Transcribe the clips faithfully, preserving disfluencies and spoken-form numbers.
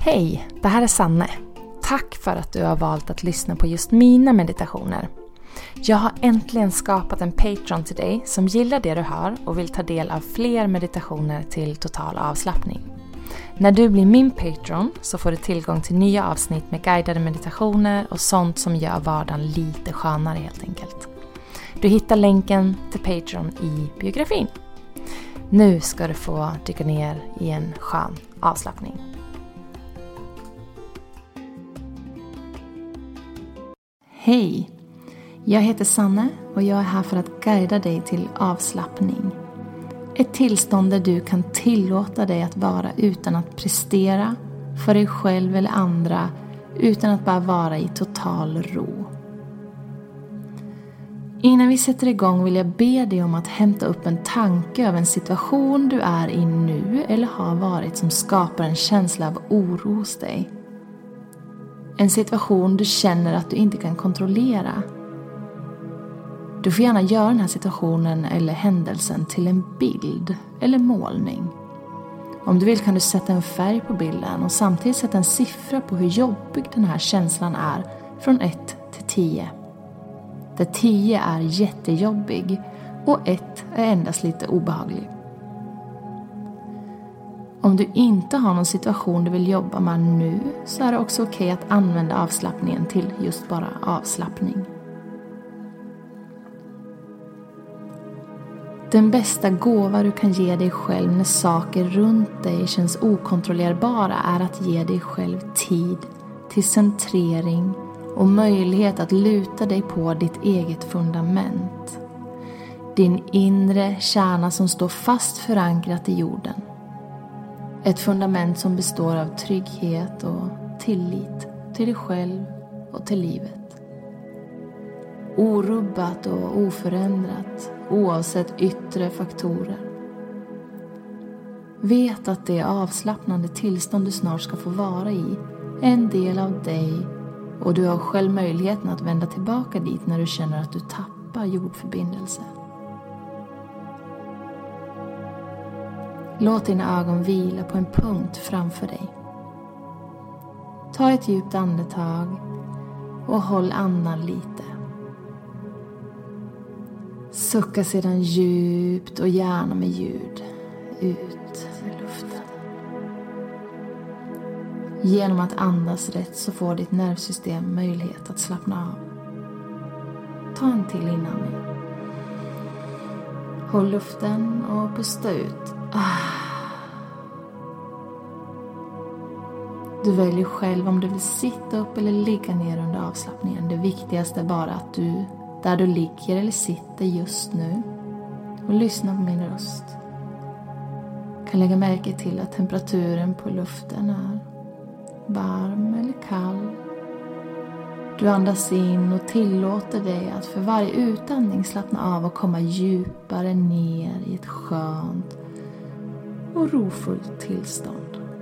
Hej, det här är Sanne. Tack för att du har valt att lyssna på just mina meditationer. Jag har äntligen skapat en Patreon till dig som gillar det du hör och vill ta del av fler meditationer till total avslappning. När du blir min Patreon så får du tillgång till nya avsnitt med guidade meditationer och sånt som gör vardagen lite skönare helt enkelt. Du hittar länken till Patreon i biografin. Nu ska du få dyka ner i en skön avslappning. Hej! Jag heter Sanne och jag är här för att guida dig till avslappning. Ett tillstånd där du kan tillåta dig att vara utan att prestera för dig själv eller andra, utan att bara vara i total ro. Innan vi sätter igång vill jag be dig om att hämta upp en tanke över en situation du är i nu eller har varit som skapar en känsla av oro hos dig. En situation du känner att du inte kan kontrollera. Du får gärna göra den här situationen eller händelsen till en bild eller målning. Om du vill kan du sätta en färg på bilden och samtidigt sätta en siffra på hur jobbig den här känslan är från ett till tio. Där tio är jättejobbig och ett är endast lite obehaglig. Om du inte har någon situation du vill jobba med nu så är det också okej att använda avslappningen till just bara avslappning. Den bästa gåva du kan ge dig själv när saker runt dig känns okontrollerbara är att ge dig själv tid till centrering och möjlighet att luta dig på ditt eget fundament. Din inre kärna som står fast förankrat i jorden. Ett fundament som består av trygghet och tillit till dig själv och till livet. Orubbat och oförändrat oavsett yttre faktorer. Vet att det avslappnande tillstånd du snart ska få vara i är en del av dig och du har själv möjligheten att vända tillbaka dit när du känner att du tappar jordförbindelse. Låt dina ögon vila på en punkt framför dig. Ta ett djupt andetag och håll andan lite. Sucka sedan djupt och gärna med ljud ut i luften. Genom att andas rätt så får ditt nervsystem möjlighet att slappna av. Ta en till inandning. Håll luften och pusta ut. Du väljer själv om du vill sitta upp eller ligga ner under avslappningen. Det viktigaste är bara att du, där du ligger eller sitter just nu, och lyssna på min röst, kan lägga märke till att temperaturen på luften är varm eller kall. Du andas in och tillåter dig att för varje utandning slappna av och komma djupare ner i ett skönt och rofullt tillstånd.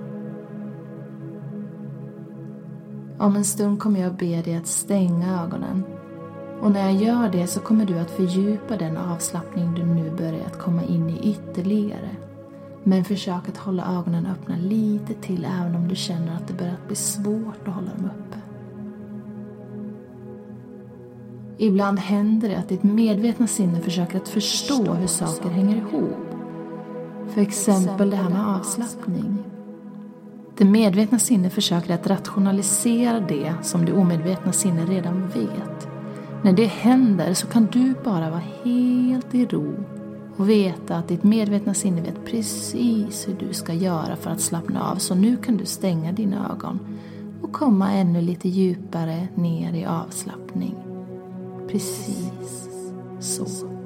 Om en stund kommer jag be dig att stänga ögonen. Och när jag gör det så kommer du att fördjupa den avslappning du nu börjat komma in i ytterligare. Men försök att hålla ögonen öppna lite till även om du känner att det börjar bli svårt att hålla dem uppe. Ibland händer det att ditt medvetna sinne försöker att förstå hur saker hänger ihop. För exempel det här med avslappning. Det medvetna sinne försöker att rationalisera det som det omedvetna sinne redan vet. När det händer så kan du bara vara helt i ro och veta att ditt medvetna sinne vet precis hur du ska göra för att slappna av. Så nu kan du stänga dina ögon och komma ännu lite djupare ner i avslappning. Precis så.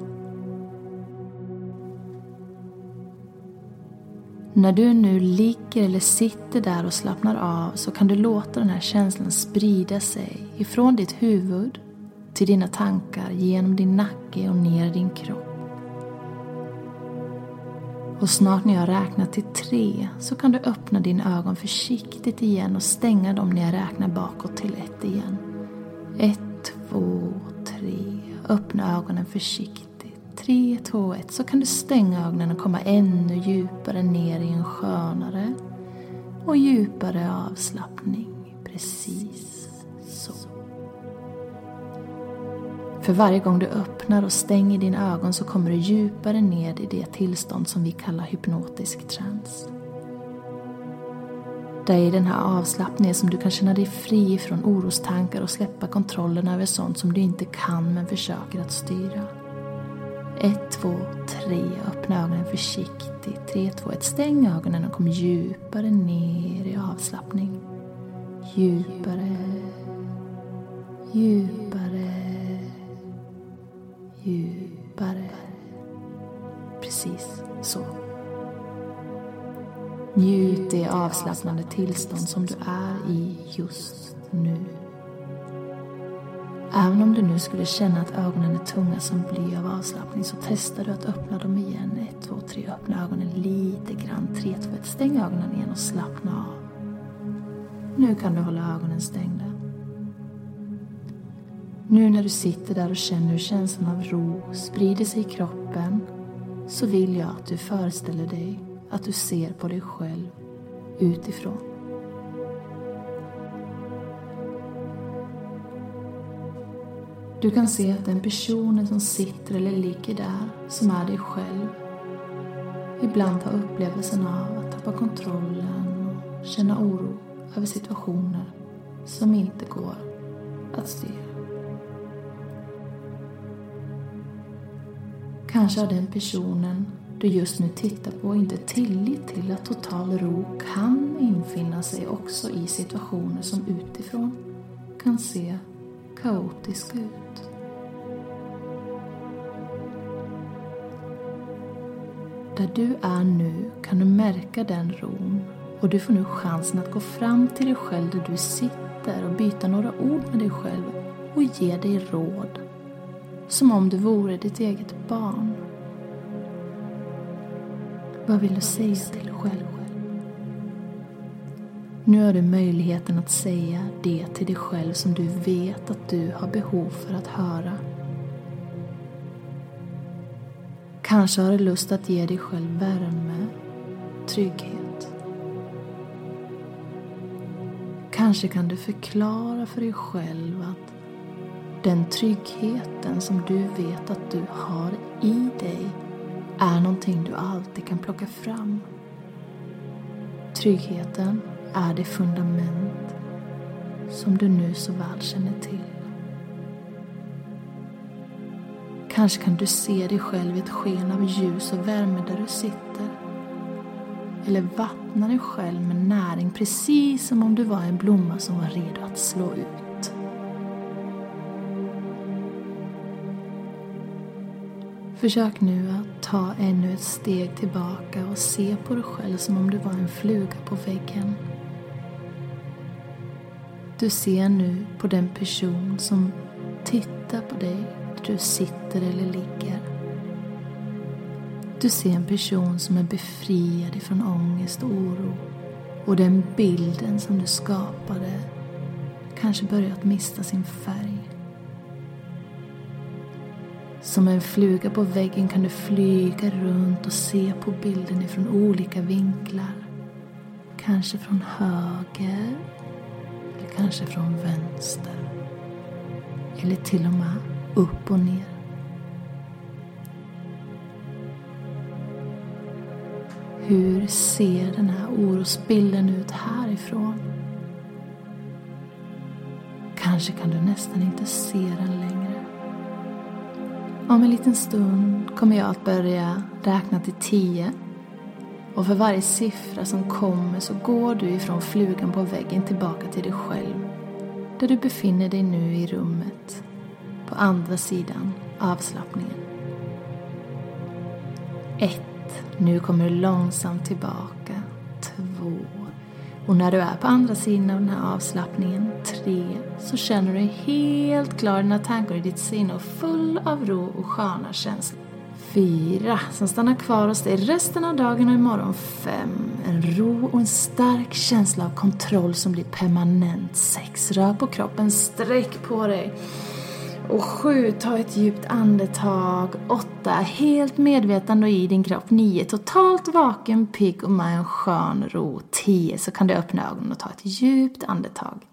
När du nu ligger eller sitter där och slappnar av så kan du låta den här känslan sprida sig ifrån ditt huvud till dina tankar, genom din nacke och ner i din kropp. Och snart när jag räknar till tre så kan du öppna dina ögon försiktigt igen och stänga dem när jag räknar bakåt till ett igen. Ett, två, tre. Öppna ögonen försiktigt. Tre, två, ett. Så kan du stänga ögonen och komma ännu djupare ner i en skönare, och djupare avslappning. Precis så. För varje gång du öppnar och stänger dina ögon så kommer du djupare ned i det tillstånd som vi kallar hypnotisk trans. Det är i den här avslappningen som du kan känna dig fri från orostankar och släppa kontrollen över sånt som du inte kan men försöker att styra. Ett, två, tre. Öppna ögonen försiktigt. Tre, två, ett. Stäng ögonen och kom djupare ner i avslappning. Djupare. Djupare. Djupare. Precis så. Njut i avslappnande tillstånd som du är i just nu. Även om du nu skulle känna att ögonen är tunga som bly av avslappning så testar du att öppna dem igen. ett, två, tre. Öppna ögonen lite grann. tre, två, ett. Stäng ögonen igen och slappna av. Nu kan du hålla ögonen stängda. Nu när du sitter där och känner hur känslan av ro sprider sig i kroppen så vill jag att du föreställer dig att du ser på dig själv utifrån. Du kan se att den personen som sitter eller ligger där som är dig själv ibland har upplevelsen av att tappa kontrollen och känna oro över situationer som inte går att styra. Kanske har den personen du just nu tittar på inte tillit till att total ro kan infinna sig också i situationer som utifrån kan se kaotiska ut. Där du är nu kan du märka den ron och du får nu chansen att gå fram till dig själv där du sitter och byta några ord med dig själv och ge dig råd. Som om du vore ditt eget barn. Vad vill du säga till dig själv? Nu har du möjligheten att säga det till dig själv som du vet att du har behov för att höra. Kanske har du lust att ge dig själv värme, trygghet. Kanske kan du förklara för dig själv att den tryggheten som du vet att du har i dig är någonting du alltid kan plocka fram. Tryggheten är det fundament som du nu så väl känner till. Kanske kan du se dig själv i ett sken av ljus och värme där du sitter. Eller vattna dig själv med näring precis som om du var en blomma som var redo att slå ut. Försök nu att ta ännu ett steg tillbaka och se på dig själv som om du var en fluga på väggen. Du ser nu på den person som tittar på dig där du sitter eller ligger. Du ser en person som är befriad ifrån ångest och oro. Och den bilden som du skapade kanske börjat mista sin färg. Som en fluga på väggen kan du flyga runt och se på bilden ifrån olika vinklar. Kanske från höger, eller kanske från vänster. Eller till och med upp och ner. Hur ser den här orosbilden ut härifrån? Kanske kan du nästan inte se den längre. Om en liten stund kommer jag att börja räkna till tio. Och för varje siffra som kommer så går du ifrån flugan på väggen tillbaka till dig själv. Där du befinner dig nu i rummet. På andra sidan avslappningen. Ett. Nu kommer du långsamt tillbaka. Två. Och när du är på andra sidan av den här avslappningen, tre, så känner du dig helt klar, dina tankar i ditt sinne och full av ro och sköna känslor. Fyra, som stannar kvar hos dig resten av dagen och imorgon. Fem, en ro och en stark känsla av kontroll som blir permanent. Sex, rör på kroppen, sträck på dig. Och sju, ta ett djupt andetag. Åtta, helt medvetande och i din kropp. Nio, totalt vaken, pigg och med en skön ro. Tio, så kan du öppna ögonen och ta ett djupt andetag.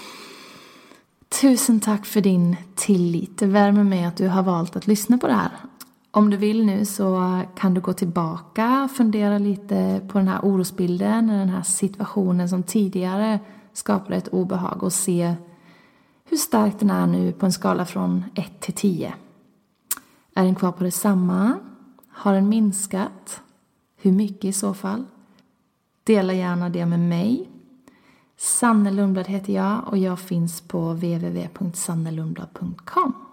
Tusen tack för din tillit. Det värmer mig att du har valt att lyssna på det här. Om du vill nu så kan du gå tillbaka och fundera lite på den här orosbilden, den här situationen som tidigare skapade ett obehag och se hur stark den är nu på en skala från ett till tio. Är den kvar på detsamma? Har den minskat? Hur mycket i så fall? Dela gärna det med mig. Sanne Lundblad heter jag och jag finns på w w w punkt sanne lundblad punkt com.